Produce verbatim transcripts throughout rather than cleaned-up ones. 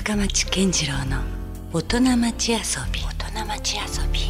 深町健次郎の大人町遊び大人町遊び。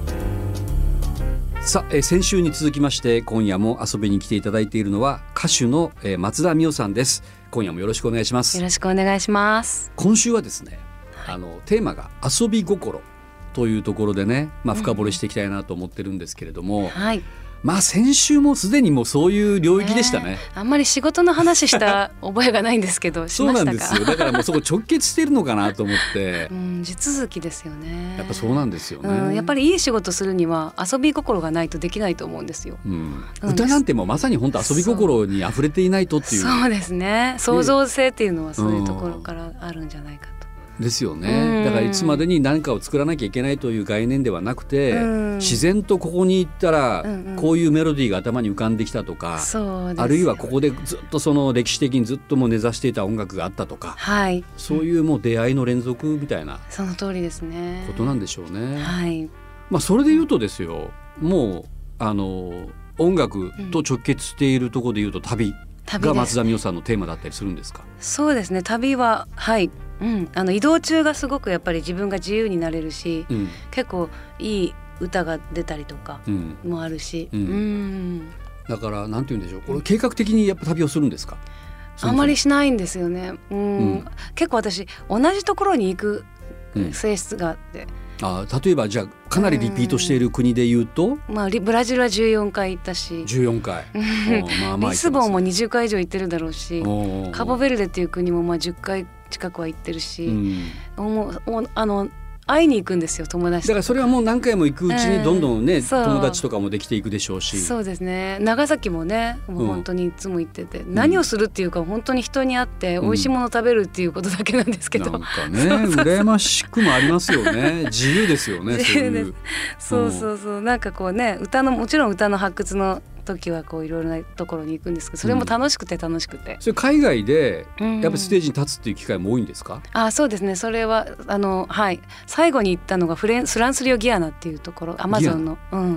さあ、えー、先週に続きまして今夜も遊びに来ていただいているのは歌手の、えー、松田美代さんです。今夜もよろしくお願いします。 よろしくお願いします。 今週はですね、あのテーマが遊び心というところでね、まあ、深掘りしていきたいなと思ってるんですけれども、 うん、はい、 まあ先週もすでにもうそういう領域でしたね。 ね、あんまり仕事の話した覚えがないんですけどしましたか？ そうなんですよ。だからもうそこ直結してるのかなと思って、 うん、地続きですよね。 やっぱそうなんですよね、 うん、やっぱりいい仕事するには遊び心がないとできないと思うんですよ、 うん、歌なんてもうまさに本当遊び心にあふれていないとっていう。 そうですね。創造性っていうのはそういうところからあるんじゃないかと。 ですよね。だからいつまでに何かを作らなきゃいけないという概念ではなくて、うん、自然とここに行ったらこういうメロディーが頭に浮かんできたとか、 うんうん、 あるいはここでずっとその歴史的にずっともう根ざしていた音楽があったとか、 はい、 そういうもう出会いの連続みたいな、 その通りですね。 ことなんでしょうね。 はい、 まあ、それで言うとですよ、もうあの音楽と直結しているところで言うと旅が松田美代さんのテーマだったりするんですか？ そうですね。旅ははい、うん、あの移動中がすごくやっぱり自分が自由になれるし、うん、結構いい歌が出たりとかもあるし、うんうん、 だからなんて言うんでしょう、これ計画的にやっぱ旅をするんですか？ あんまりしないんですよね。うん、うん、結構私同じところに行く性質があって、 うん、あ例えばじゃあかなりリピートしている国で言うと、 まあ、ブラジルはじゅうよんかい行ったしじゅうよんかいまあまあリスボンもにじゅっかい以上行ってるだろうし、カボベルデっていう国もまあじゅっかい近くは行ってるし、うん、もうもうあの会いに行くんですよ、友達とか。 だからそれはもう何回も行くうちにどんどんね、えー、友達とかもできていくでしょうし。 そうですね。長崎もね、もう本当にいつも行ってて、うん、何をするっていうか本当に人に会って美味しいもの食べるっていうことだけなんですけど、 うん、なんかね羨ましくもありますよね。自由ですよね。 自由です。そうそうそう、なんかこうね、歌のもちろん歌の発掘の時はこういろいろなところに行くんですけど、それも楽しくて楽しくて、うん、 それ海外でやっぱりステージに立つっていう機会も多いんですか？ うん、あそうですね。それはあの、はい、最後に行ったのがフレンフランス領ギアナっていうところ、アマゾンの、うん、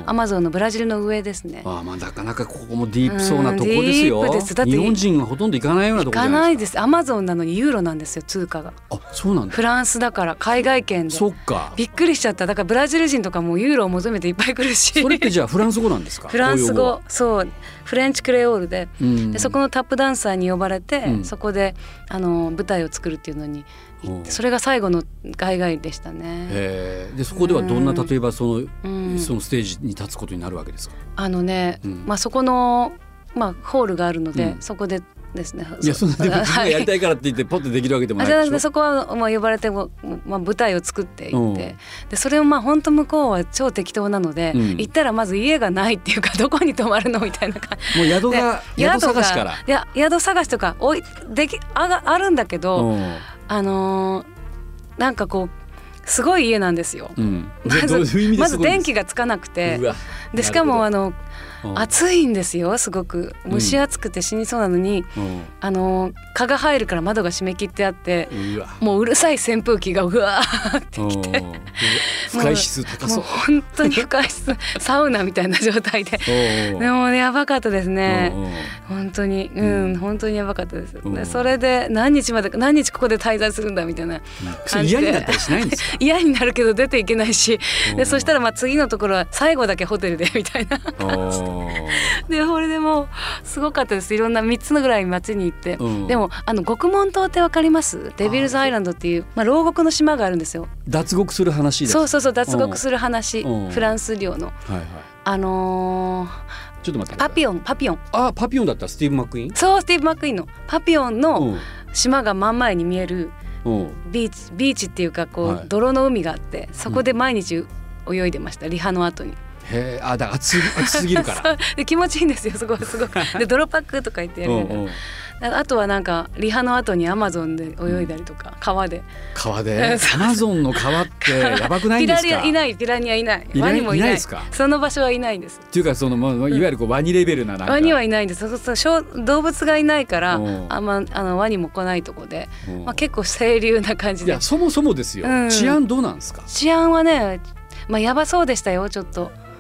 アマゾンのブラジルの上ですね。 あまあなかなかここもディープそうなとこですよ。うん、ディープです。だって日本人はほとんど行かないようなところじゃないですか。行かないです。 アマゾンなのにユーロなんですよ、通貨が。 あそうなんだ。 フランスだから海外圏で。 そっか。 びっくりしちゃった。だからブラジル人とかもユーロを求めていっぱい来るし。 それってじゃあフランス語なんですか？ フランス語、そうフレンチクレオール で,、うん、でそこのタップダンサーに呼ばれて、うん、そこであの舞台を作るっていうのに行って、それが最後の海外でしたね。 へでそこではどんな、例えばその、うん、そのステージに立つことになるわけですか？ あのね、うんまあ、そこの、まあ、ホールがあるので、うん、そこでですね。 いやそんなでも自分がやりたいからって言ってポッとできるわけでもないでしょ。 あじゃあそこはまあ呼ばれても、まあ、舞台を作っていって、うん、でそれをまあ本当向こうは超適当なので、うん、行ったらまず家がないっていうか、どこに泊まるのみたいな感じ。 もう宿が宿探しから。 いや宿探しとかおいでき あ, あるんだけど、うん、あのー、なんかこうすごい家なんですよ。うん、まずまず電気がつかなくて、でしかもあの暑いんですよ。すごく蒸し暑くて死にそうなのに、うん、あの蚊が入るから窓が閉め切ってあって、うもううるさい扇風機がうわーってきて、 不快指数高そう。もう本当に不快指数サウナみたいな状態ででもねやばかったですね。本当にうん、うん、本当にやばかったです。でそれで何日まで何日ここで滞在するんだみたいな感じで、 嫌になったりしないんですか？ 嫌になるけど出ていけないし、でそしたらまあ次のところは最後だけホテルでみたいなでこれでもうすごかったです。いろんなみっつのぐらい街に行って、うん、でもあの獄門島ってわかります？デビルズアイランドっていう、まあ、牢獄の島があるんですよ。 脱獄する話です。 そうそうそう、脱獄する話、フランス領の、はいはい、あのー、 ちょっと待って、 パピオンパピオンあパピオンだったらスティーブ・マックイーン。 そうスティーブ・マックイーンのパピオンの島が真ん前に見えるビーチ、ビーチっていうかこう、はい、泥の海があって、そこで毎日泳いでました、リハの後に。 へあだから 暑, 暑すぎるからで気持ちいいんですよ、すごいすごいで泥パックとか言ってやるからあとはなんかリハの後にアマゾンで泳いだりとか、うん、川で川でアマゾンの川ってやばくないんですか？ ピラニアいない、ピラニアいない、ワニもいない、いないですか？その場所はいないんです。 っていうかその、まあ、いわゆるこうワニレベルな、なんかワニはいないんです。そうそう動物がいないからあんまあのワニも来ないとこで、まあ、結構清流な感じで。 いやそもそもですよ、うん、治安どうなんですか？ 治安はね、まあ、やばそうでしたよちょっと。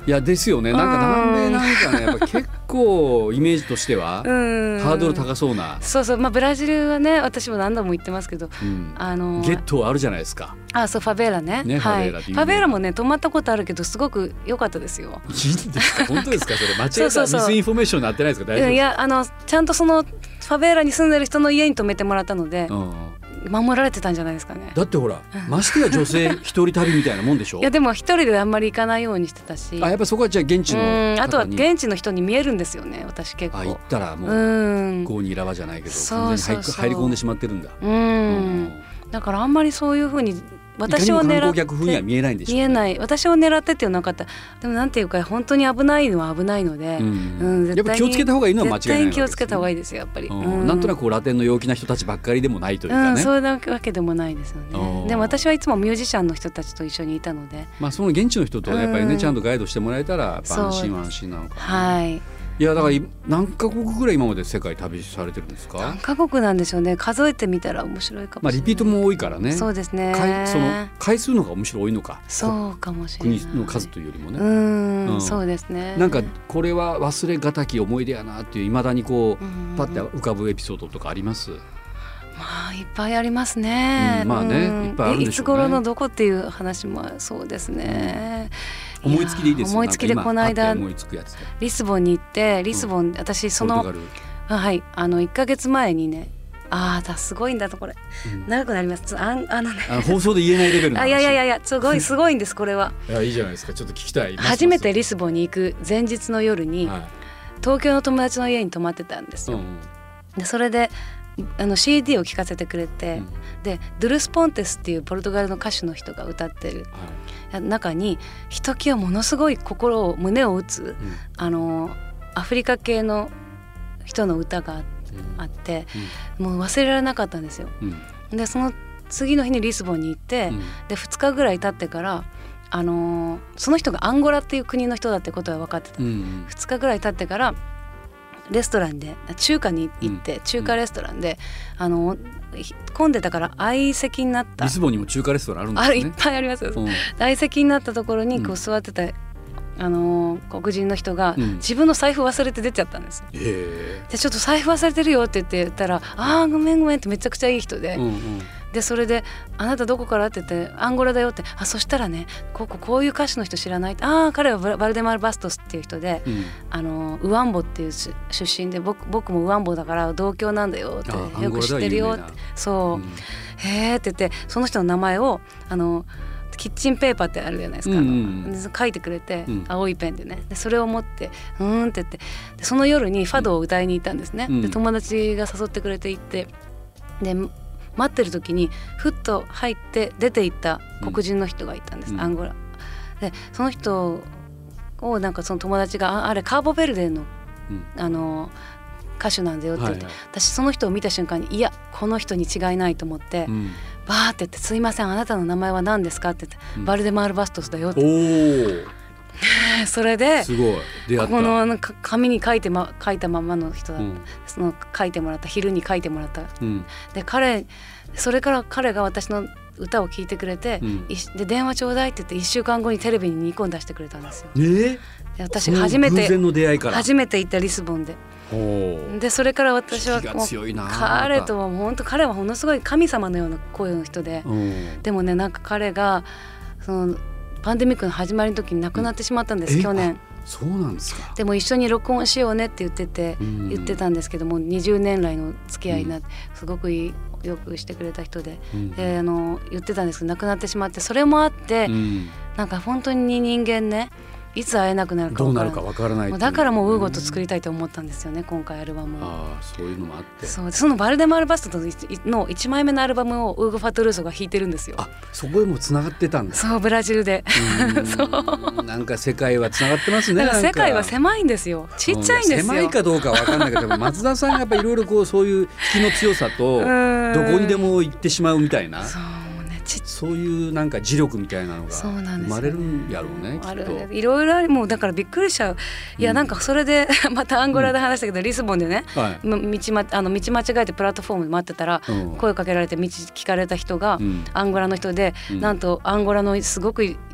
いやですよね。なんか南米なんかねやっぱ結構イメージとしてはハードル高そうな。 そうそう、まあ、ブラジルはね私も何度も言ってますけど、うん、あのゲットあるじゃないですか。 あ、そうファベーラ ね, ね、 はい、 ファベーラっていう、 ファベーラもね泊まったことあるけどすごく良かったですよ。 いいんですか本当ですか。それ間違えたミスインフォメーションになってないですか。大丈夫ですか。 いやあのちゃんとそのファベーラに住んでる人の家に泊めてもらったので、うん守られてたんじゃないですかね。 だってほらましてや女性一人旅みたいなもんでしょ。 いやでも一人であんまり行かないようにしてたし。 あ、やっぱそこはじゃあ現地の方に。 あとは現地の人に見えるんですよね私結構。 あ、行ったらもうゴーニラバじゃないけど完全に入り込んでしまってるんだ。うん、うん、だからあんまりそういうふうに私を狙って観光客風には見えないんでしょうね。 見えない。私を狙ってっていうのはなかった。でもなんていうか本当に危ないのは危ないので、うんうん、絶対にやっぱ気をつけた方がいいのは間違いないわけですね。 絶対に気をつけた方がいいですよやっぱり、うん、 なんとなくラテンの陽気な人たちばっかりでもないというかね、うん、 そういうわけでもないですよね。でも私はいつもミュージシャンの人たちと一緒にいたので、 まあ、その現地の人とやっぱりね、うん、ちゃんとガイドしてもらえたらやっぱ安心は安心なのかな。 はい。 いやだから何カ国ぐらい今まで世界旅されてるんですか。 何カ国なんでしょうね。数えてみたら面白いかもしれない。まあリピートも多いからね。 そうですね。 その回数の方がむしろ多いのか。 そうかもしれない。 国の数というよりもね。 うん、うん、そうですね。 なんかこれは忘れがたき思い出やなっていう未だにこうパッて浮かぶエピソードとかあります。 まあいっぱいありますね。 うん、まあね、うん、いっぱいあるんでしょうね。いつ頃のどこっていう話もそうですね。 うん、思いつきでいいですよ。 思いつきでこの間リスボンに行ってリスボン、うん、私そのはいあのいっかげつまえにね。ああすごいんだとこれ、うん、長くなります。ああの、ね、 あ放送で言えないレベルの話。 あいやいやいやすごいすごいんですこれは。 いやいいじゃないですか。ちょっと聞きたい。 初めてリスボンに行く前日の夜に、はい、東京の友達の家に泊まってたんですよ。うん、でそれであの シーディー を聴かせてくれて、うん、でドゥルス・ポンテスっていうポルトガルの歌手の人が歌ってる、はい、中にひときわものすごい心を胸を打つ、うん、あのアフリカ系の人の歌があって、うん、もう忘れられなかったんですよ。うん、でその次の日にリスボンに行って、うん、でふつかぐらい経ってからあのその人がアンゴラっていう国の人だってことは分かってた、うん、ふつかぐらい経ってからレストランで中華に行って、うん、中華レストランで、うん、あの混んでたから相席になったリスボンにも中華レストランあるんですね。 あいっぱいありますよ、うん、相席になったところにこう座ってた、うん、あの黒人の人が、うん、自分の財布忘れて出ちゃったんですよ。でちょっと財布忘れてるよって言って言ったらあーごめんごめんってめちゃくちゃいい人で、うんうん、でそれであなたどこからって言ってアンゴラだよって、あそしたらねこここういう歌手の人知らないって、ああ彼はバルデマール・バストスっていう人で、うん、あのウワンボっていう出身で 僕, 僕もウワンボだから同郷なんだよってよく知ってるよって、そう、うん、へーって言ってその人の名前をあのキッチンペーパーってあるじゃないですか、うんうん、書いてくれて、うん、青いペンでね、でそれを持ってうーんって言ってでその夜にファドを歌いに行ったんですね、うん、で友達が誘ってくれて行ってで待ってる時にふっと入って出て行った黒人の人がいたんです、うん、アンゴラでその人をなんかその友達が あ, あれカーボベルデの、うん、あの歌手なんだよって言って、はいはい、私その人を見た瞬間にいやこの人に違いないと思って、うん、バーって言ってすいませんあなたの名前は何ですかって言って、うん、バルデマール・バストスだよっておそれですごい出会った。 この紙に書いて、ま、書いたままの人だった、うん、その書いてもらった昼に書いてもらった、うん、で彼それから彼が私の歌を聴いてくれて、うん、で電話ちょうだいって言っていっしゅうかんごにテレビににこん出してくれたんですよ。 えー、 で私初めて偶然の出会いから初めて行ったリスボンででそれから私はもう彼とは本当彼はものすごい神様のような声の人で、でもねなんか彼がそのパンデミックの始まりの時に亡くなってしまったんです、うん、去年。 そうなんですか。 でも一緒に録音しようねって言ってて、うん、言ってたんですけどもにじゅうねん来の付き合いになって、うん、すごくいいよくしてくれた人で、うん、であの言ってたんですけど亡くなってしまって、それもあって、うん、なんか本当に人間ねいつ会えなくなるか分からない、 どうなるか分からない、 だからもうウーゴと作りたいと思ったんですよね、今回アルバムを。 ああそういうのもあって、 そうそのバルデマール・バストのいちまいめのアルバムをウーゴ・ファトルーソが弾いてるんですよ。 あそこへもつながってたんだ。 そうブラジルでそうなんか世界はつながってますね。 だから世界は狭いんですよ、ちっちゃいんですよ。 狭いかどうか分かんないけど松田さんがやっぱりいろいろこうそういう引きの強さとどこにでも行ってしまうみたいなそういうなんか磁力みたいなのが生まれるんやろうね、きっと。 いろいろある、もうだからびっくりしちゃう。いやなんかそれでまたアンゴラで話したけど、うん、リスボンでね、はい、道, まあの道間違えてプラットフォームで待ってたら、うん、声かけられて道聞かれた人が、うん、アンゴラの人で、うん、なんとアンゴラのすごく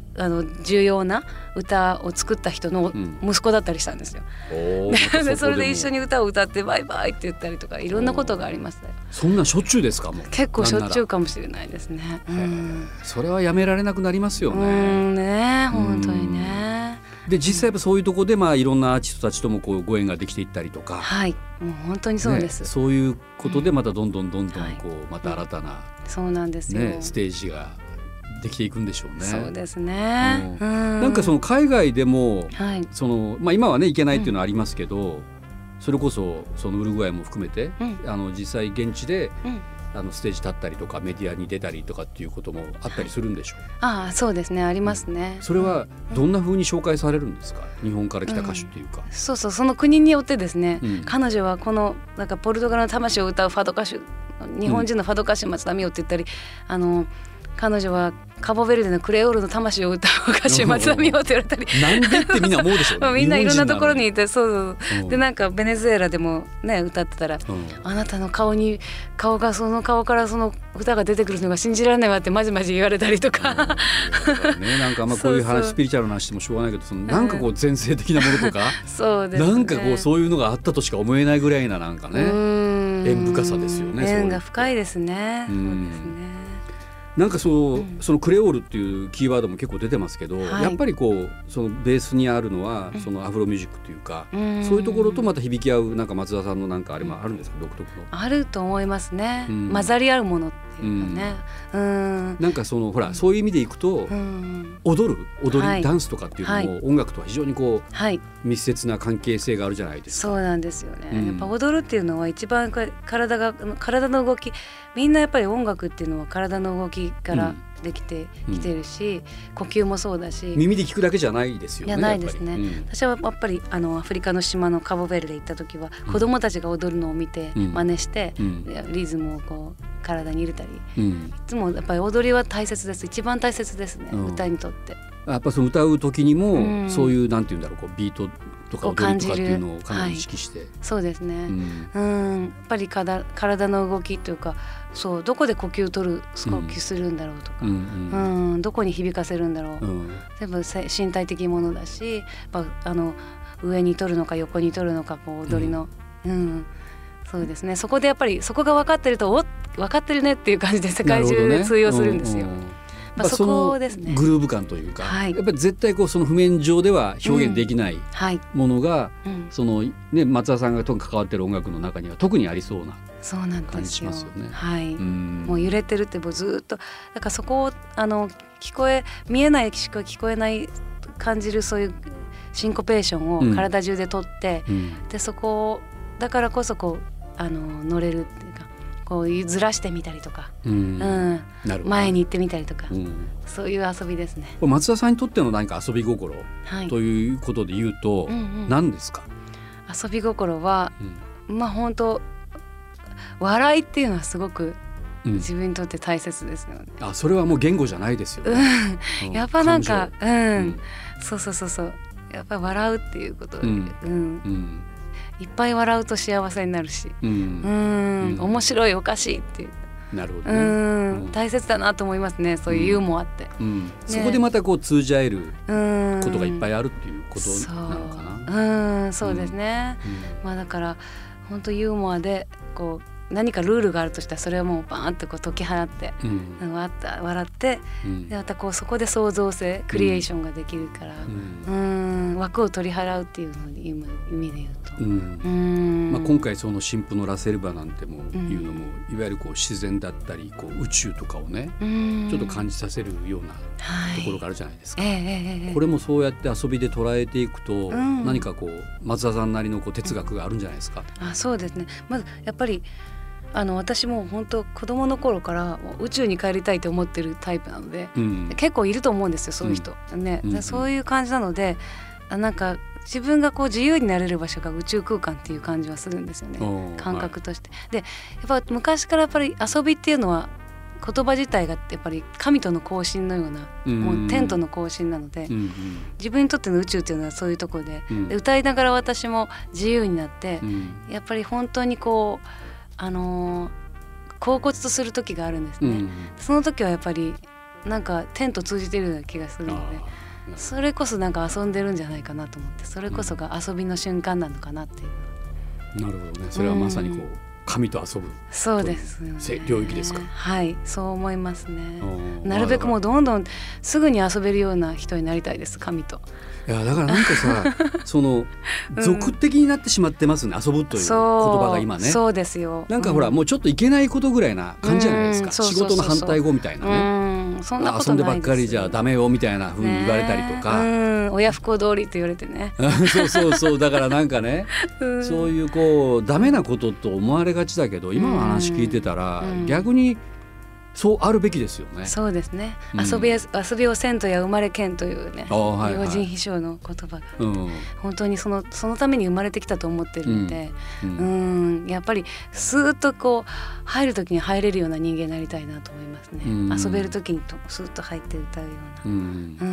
あの重要な歌を作った人の息子だったりしたんですよ、うん、でそれで一緒に歌を歌ってバイバイって言ったりとかいろんなことがありましたよ。 そんなしょっちゅうですか？もう結構しょっちゅうかもしれないですね、うん、 それはやめられなくなりますよね。 うんね本当にね。 で実際やっぱそういうところで、まあ、いろんなアーティストたちともこうご縁ができていったりとか、 はいもう本当にそうです、 ね、そういうことでまたどんどんどんどんこう、はい、また新たな、 うん、そうなんですよ、 ね、ステージができていくんでしょうね。 そうですね、 うん、なんかその海外でも、 はい、 そのまあ、今はね行けないっていうのはありますけど、うん、それこそそのウルグアイも含めて、うん、あの実際現地で、うんあのステージ立ったりとかメディアに出たりとかっていうこともあったりするんでしょう。 ああそうですねありますね、 うん、それはどんな風に紹介されるんですか、うん、日本から来た歌手っていうか、 うん、そうそうその国によってですね、うん、彼女はこのなんかポルトガルの魂を歌うファド歌手日本人のファド歌手松田美代って言ったり、うん、あの彼女はカボベルデのクレオールの魂を歌う歌手松田美代って言われたりなんでってみんな思うでしょうねみんないろんなところにいてそうそう、うん、でなんかベネズエラでもね歌ってたら、うん、あなたの顔に顔がその顔からその歌が出てくるのが信じられないわってまじまじ言われたりとか、 うんね、なんかまあこういう話そうそうスピリチュアルな話してもしょうがないけどそのなんかこう前世的なものとかそうです、ね、 なんかこうそういうのがあったとしか思えないぐらいななんかね縁深さですよね。 縁が深いですね。そうですね。 なんかその、うん、そのクレオールっていうキーワードも結構出てますけど、はい、やっぱりこうそのベースにあるのはそのアフロミュージックというか、うん、そういうところとまた響き合うなんか松田さんのなんかあれもあるんですか、独特の。あると思いますね、うん、混ざり合うものっていうかね、うんうん、 なんかそのほらそういう意味でいくと、うん、踊る踊り、はい、ダンスとかっていうのも、はい、音楽とは非常にこう、はい、密接な関係性があるじゃないですか。 そうなんですよね、うん、やっぱ踊るっていうのは一番体が体の動きみんなやっぱり音楽っていうのは体の動きからできてきてるし、うん、呼吸もそうだし耳で聞くだけじゃないですよね。 いやないですね、うん、私はやっぱりあのアフリカの島のカボベルで行った時は、うん、子供たちが踊るのを見て真似して、うん、リズムをこう体に入れたり、うん、いつもやっぱり踊りは大切です。一番大切ですね、うん、歌にとって。 やっぱその歌う時にも、うん、そういうなんていうんだろうこうビートとか踊りとかっていうのをかなり意識して、はい、 そうですね、うん、うんやっぱりから体の動きというかそうどこで呼吸取る呼吸するんだろうとか、うんうんうん、どこに響かせるんだろう、うん、全部身体的ものだしやっぱあの上に取るのか横に取るのかこう踊りの、うんうん、そうですねそこでやっぱりそこが分かってるとお分かってるねっていう感じで世界中で通用するんですよ。まあ、そこですね、 グルーヴ感というか、はい、やっぱり絶対こうその譜面上では表現できないものが、うんはいそのね、松田さんが特に関わってる音楽の中には特にありそうな感じしますよね。 はい、うんもう揺れてるってもうずっとだからそこをあの聞こえ見えないしか聞こえない感じるそういうシンコペーションを体中で取って、うん、でそこをだからこそこうあの乗れるっていうかこうずらしてみたりとか、うんうん、前に行ってみたりとか、うん、そういう遊びですね。 松田さんにとっての何か遊び心、はい、ということで言うと、うんうん、何ですか？ 遊び心は、うん、まあ本当笑いっていうのはすごく自分にとって大切ですよね、 うん、あそれはもう言語じゃないですよね、 うん、やっぱなんか、うんうん、そうそうそうそうやっぱり笑うっていうことで、うんうんうんいっぱい笑うと幸せになるし、うん、うんうん面白いおかしいっていうなるほどね、 うんうん大切だなと思いますねそういうユーモアって、うんうんね、そこでまたこう通じ合えることがいっぱいあるっていうことなのかな。 そう、うん、そうですね、うんまあ、だから本当ユーモアでこう何かルールがあるとしたらそれはもうバーンとこう解き放って、うん、笑って、うん、でまたこうそこで創造性クリエーションができるから、うん、うん枠を取り払うっていうのを意味で言うと、うんうんまあ、今回その新婦のラセルバなんてもいうのも、うん、いわゆるこう自然だったりこう宇宙とかをね、うん、ちょっと感じさせるようなところがあるじゃないですか、はいえー、これもそうやって遊びで捉えていくと、うん、何かこう松田さんなりのこう哲学があるんじゃないですか、 うん、あそうですねまずやっぱりあの私も本当子供の頃からもう宇宙に帰りたいと思ってるタイプなので、うん、結構いると思うんですよそういう人、うんねうん、そういう感じなのでなんか自分がこう自由になれる場所が宇宙空間っていう感じはするんですよね感覚として、はい、でやっぱ昔からやっぱり遊びっていうのは言葉自体がやっぱり神との交信のような、うん、もう天との交信なので、うん、自分にとっての宇宙っていうのはそういうところ で,、うん、で歌いながら私も自由になって、うん、やっぱり本当にこうあのー、恍惚とする時があるんですね、うん、その時はやっぱりなんか天と通じてるような気がするので、それこそなんか遊んでるんじゃないかなと思って、それこそが遊びの瞬間なのかなっていう、 うん、なるほどね。それはまさにこう、うん、神と遊ぶそうですよね、 領域ですか。 はい、そう思いますね。なるべくもうどんどんすぐに遊べるような人になりたいです、神と。 いやだからなんかさその俗的になってしまってますね、うん、遊ぶという言葉が今ね。 そうですよ。 なんかほら、うん、もうちょっといけないことぐらいな感じじゃないですか、うん、そうそうそうそう、仕事の反対語みたいなね、 うん、そんなことないです。 遊んでばっかりじゃダメよみたいな風に言われたりとか、 ね、うん、親不孝通りって言われてねそうそうそう、だからなんかね、うん、そういうこうダメなことと思われがちだけど、今の話聞いてたら、うん、逆にそうあるべきですよね。 そうですね、うん、遊びや遊びをせんとや生まれけんというね、 はいはい、 明神秘書の言葉が、うん、本当にそのそのために生まれてきたと思ってるので、うんうん、やっぱりスーッとこう入る時に入れるような人間になりたいなと思いますね、うん、遊べる時にとスーッと入って歌うような、うんうん、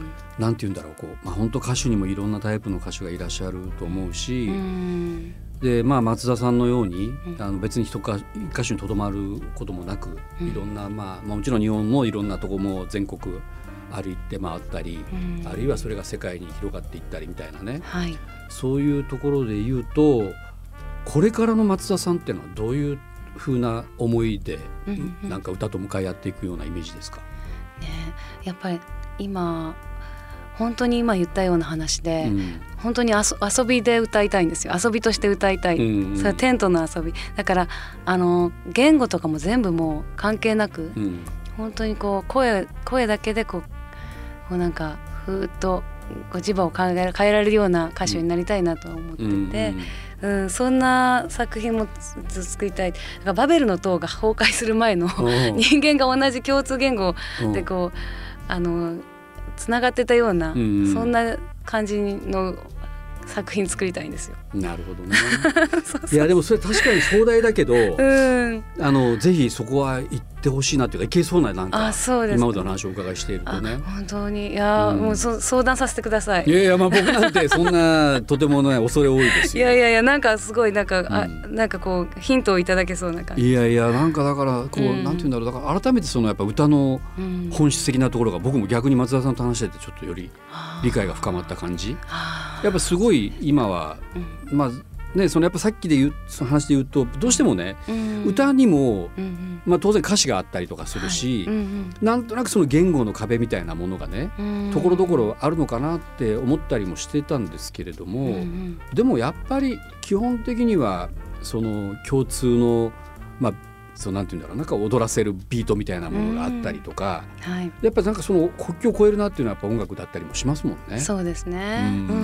なんて言うんだろう、こう、まあ、本当歌手にもいろんなタイプの歌手がいらっしゃると思うし、うんでまあ、松田さんのように、うん、あの別に一歌手にとどまることもなく、うん、いろんな、まあ、まあもちろん日本もいろんなとこも全国歩いて回ったり、うん、あるいはそれが世界に広がっていったりみたいなね、はい、そういうところで言うと、これからの松田さんっていうのはどういうふうな思いで、うんうん、なんか歌と向かい合っていくようなイメージですか、 ね、やっぱり今本当に今言ったような話で、うん、本当に遊びで歌いたいんですよ。遊びとして歌いたい、うんうん、それはテントの遊びだから、あの言語とかも全部もう関係なく、うん、本当にこう 声, 声だけでこう、こうなんかふーっとこう磁場を変えられるような歌手になりたいなと思ってて、うんうんうん、そんな作品も作りたい。だからバベルの塔が崩壊する前の人間が同じ共通言語でこうあのつながってたような、うん、そんな感じの作品作りたいんですよ。 なるほどねそうそうそう、いやでもそれ確かに壮大だけど、うん、あのぜひそこは行ってほしいなっていうか、いけそうな、なんか今までの話をお伺いしているとね。 本当にいや、うん、もうそ相談させてください。 いやいや、まあ僕なんてそんなとてもね恐れ多いですよ。 いやいやいや、なんかすごいなんか、うん、あなんかこうヒントをいただけそうな感じ。 いやいや、なんかだからこう、うん、なんていうんだろう、だから改めてそのやっぱ歌の本質的なところが、僕も逆に松田さんと話しててちょっとより理解が深まった感じ。やっぱすごい今は、うん、まあね、そのやっぱさっきで言うその話で言うと、どうしてもね、うん、歌にも、うんうんまあ、当然歌詞があったりとかするし、はいうんうん、なんとなくその言語の壁みたいなものがね、ところどころあるのかなって思ったりもしてたんですけれども、うんうん、でもやっぱり基本的にはその共通の、まあそうなんていうんだろう、なんか踊らせるビートみたいなものがあったりとか、うんはい、やっぱりなんかその国境を越えるなっていうのはやっぱ音楽だったりもしますもんね。 そうですね、うんうん、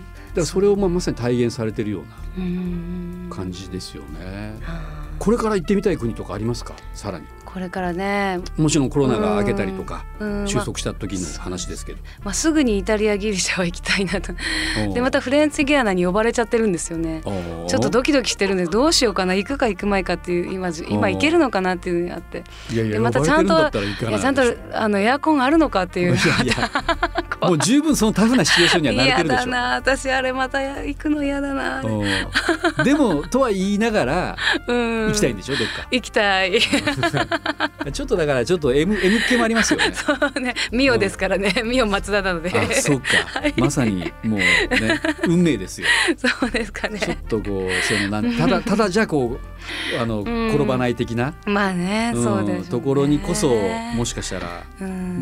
だからそれをまあまさに体現されてるような感じですよね。これから行ってみたい国とかありますか？さらにこれからね、 もちろんコロナが明けたりとか収束した時の話ですけど、 まあまあ、すぐにイタリアギリシャは行きたいなとでまたフレンチギアナに呼ばれちゃってるんですよね。ちょっとドキドキしてるんで、どうしようかな、行くか行くまいかっていう、今今行けるのかなっていうのがあって、 いやいやでまたちゃんといやちゃんとあのエアコンあるのかっていう、いやいやもう十分そのタフなシチュエーションには慣れてるでしょ。 嫌だな、私あれまた行くの嫌だな。 でもとは言いながら行きたいんでしょ、どっか行きたいちょっとだからちょっと M, M 系もありますよね。 そうね、ミオですからね、ミオ松田なので。 あ、そうか、はい、まさにもうね運命ですよ。 そうですかね。 ちょっとこうそのなんただただじゃこうあの転ばない的な、 まあね、うん、そうです、ね、 ところにこそもしかしたら、うん、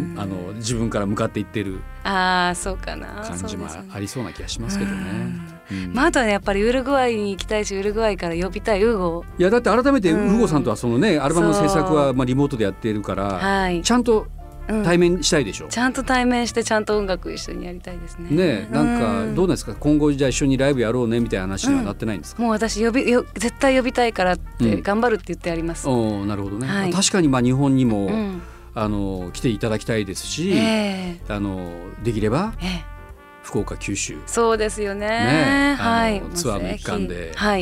あの自分から向かっていってるあそうかな感じもありそうな気がしますけどね。 うんうん、まあ、あとはねやっぱりウルグアイに行きたいし、ウルグアイから呼びたいウーゴ。 いやだって改めてウーゴさんとはそのね、うん、アルバムの制作はまあリモートでやっているから、はい、ちゃんと対面したいでしょ、うん、 ちゃんと対面してちゃんと音楽一緒にやりたいですね。 ね、なんかどうなんですか、今後じゃあ一緒にライブやろうねみたいな話にはなってないんですか？ うん、もう私呼びよ絶対呼びたいからって頑張るって言ってあります。 うん、おなるほどね、はい、確かにまあ日本にも、うん、あの来ていただきたいですし、えー、あのできれば、えー、福岡九州そうですよ ね, ね、 はい、 ツアーの一環で、 はい、 来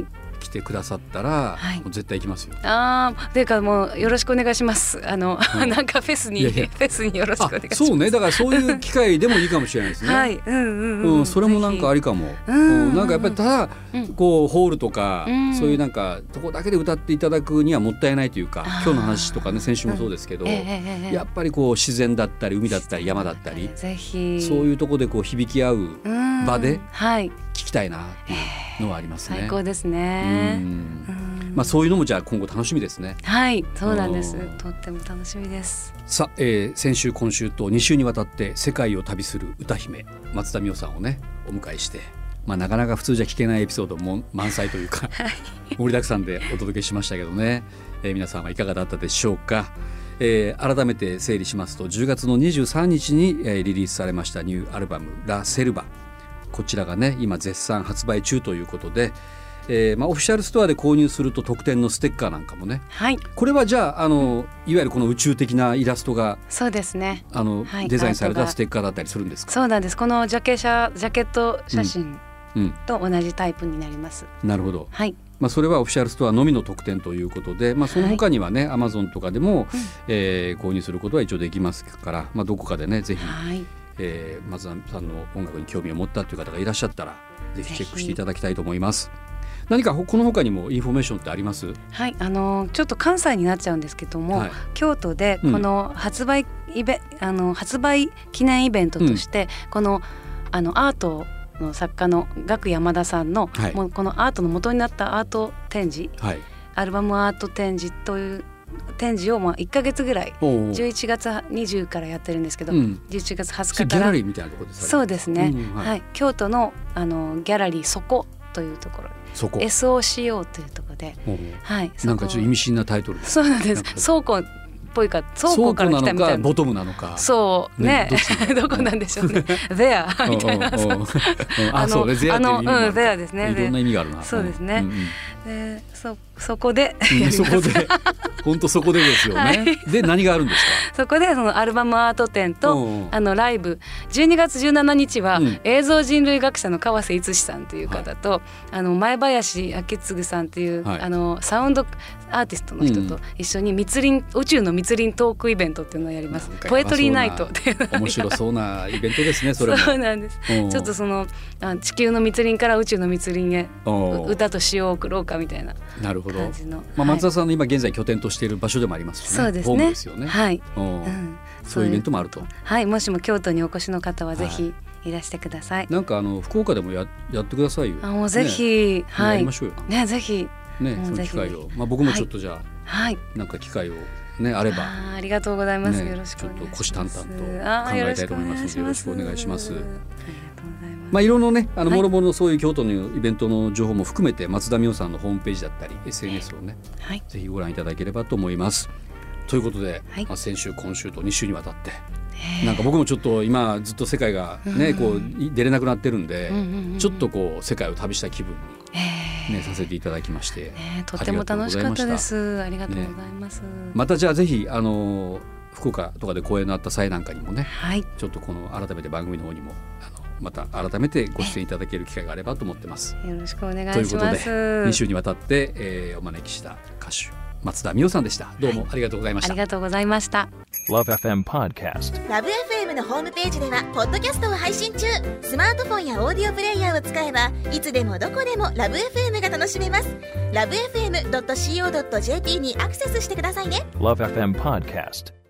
来てくださったら、はい、もう絶対行きますよ。 ああ、ていうかもうよろしくお願いします。あの、うん、なんかフェスにいやいやフェスによろしくお願いします。 そうね、だからそういう機会でもいいかもしれないですね。はい、うんうんうんうん、それもなんかありかも。うんうんうん、なんかやっぱりただ、うん、こうホールとか、うん、そういうなんかとこだけで歌っていただくにはもったいないというか、今日の話とかね先週もそうですけど、うんえー、やっぱりこう自然だったり海だったり山だったり、ぜひそういうとこでこう響き合う場で聞きたいなっていうのはありますね。 最高ですね。うんうん、まあ、そういうのもじゃあ今後楽しみですね。 はい、そうなんです。とっても楽しみです。 さあ、えー、先週今週とに週にわたって世界を旅する歌姫松田美代さんをねお迎えして、まあ、なかなか普通じゃ聞けないエピソードも満載というか盛りだくさんでお届けしましたけどね、えー、皆さんはいかがだったでしょうか。えー、改めて整理しますとじゅうがつのにじゅうさんにちに、えー、リリースされましたニューアルバムラ・セルバ、こちらがね今絶賛発売中ということで、えーまあ、オフィシャルストアで購入すると特典のステッカーなんかもね、はい、これはじゃあ、あのいわゆるこの宇宙的なイラストがそうですね、 あの、はい、デザインされたステッカーだったりするんですか。 そうなんです。このジャケ写ジャケット写真と同じタイプになります、 うん、なるほど、はい、まあ、それはオフィシャルストアのみの特典ということで、まあ、その他にはね、はい、Amazon とかでも、うん、えー、購入することは一応できますから、まあ、どこかでねぜひ、はい、えー、松田さんの音楽に興味を持ったという方がいらっしゃったらぜひチェックしていただきたいと思います。何かこの他にもインフォメーションってあります？ はい、あのちょっと関西になっちゃうんですけども、はい、京都でこの発売イベ、うん、あの発売記念イベントとして、うん、このあのアートの作家の岳山田さんの、はい、もうこのアートの元になったアート展示、はい、アルバムアート展示という展示をまあいっかげつぐらいじゅういちがつにじゅうからやってるんですけど、うん、じゅういちがつはつかからギャラリーみたいなところですか？ そうですね、うん、はいはい、京都の、あのギャラリーそこというところ、そこ エスオーシーオー というところで、 はい、なんかちょっと意味深なタイトルです。 そうなんです。倉庫っぽいか倉庫から来たみたいな。 ボトムなのか。 そうね、ねどこなんでしょうね。There みたいな。 あ、そうね。There っていう意味もある。うん、 There ですね。 いろんな意味があるな。 そうですね。で、そそこで、 うん、そこで本当そこでですよね。はい、で何があるんですか？ そこでそのアルバムアート展とあのライブ、じゅうにがつじゅうしちにちは、うん、映像人類学者の川瀬逸さんという方と、はい、あの前林明次さんという、はい、あのサウンドアーティストの人と一緒に密林、うん、宇宙の密林トークイベントっていうのをやります。ポエトリーナイトっていうの面白そうなイベントですね。それもそうなんです。ちょっとその地球の密林から宇宙の密林へ歌と詩を送ろうかみたいな。 なるほど。まあ、松田さんの今現在拠点としている場所でもありますしね。そうですね。ホームですよね。はい。うん、そういうイベントもあると。 はい。もしも京都にお越しの方はぜひいらしてください。 なんかあの福岡でも や, やってくださいよ。 あ、もうぜひ、 ね、はい。やりましょうよ。 ね、ぜひ。 ね、その機会を、まあ僕もちょっとじゃあ、はい、なんか機会をねあれば。 あ, ありがとうございます。ね、よろしくお願いします。ちょっと虎視眈々と考えたいと思いますのでよろしくお願いします。まあ、いろいろねあの、はい、もろもろのそういう京都のイベントの情報も含めて松田美代さんのホームページだったり エスエヌエス をね、はい、ぜひご覧いただければと思います。ということで、はい、まあ、先週今週とに週にわたってなんか僕もちょっと今ずっと世界が、ね、こう出れなくなってるんで、うんうんうん、ちょっとこう世界を旅した気分に、ね、させていただきまして、 ね、とっても楽しかったです。ありがとうございます、ね、 またじゃあぜひあの福岡とかで公演のあった際なんかにもね、はい、ちょっとこの改めて番組の方にもあのまた改めてご出演いただける機会があればと思ってます。 よろしくお願いします。ということでに週にわたって、えー、お招きした歌手松田美代さんでした。どうもありがとうございました。 はい、ありがとうございました。 ラブ エフエム Podcast ラブ エフエム のホームページではポッドキャストを配信中。スマートフォンやオーディオプレイヤーを使えばいつでもどこでもラブ エフエム が楽しめます。 ラブエフエムドットシーオードットジェーピー にアクセスしてくださいね。 ラブ エフエム Podcast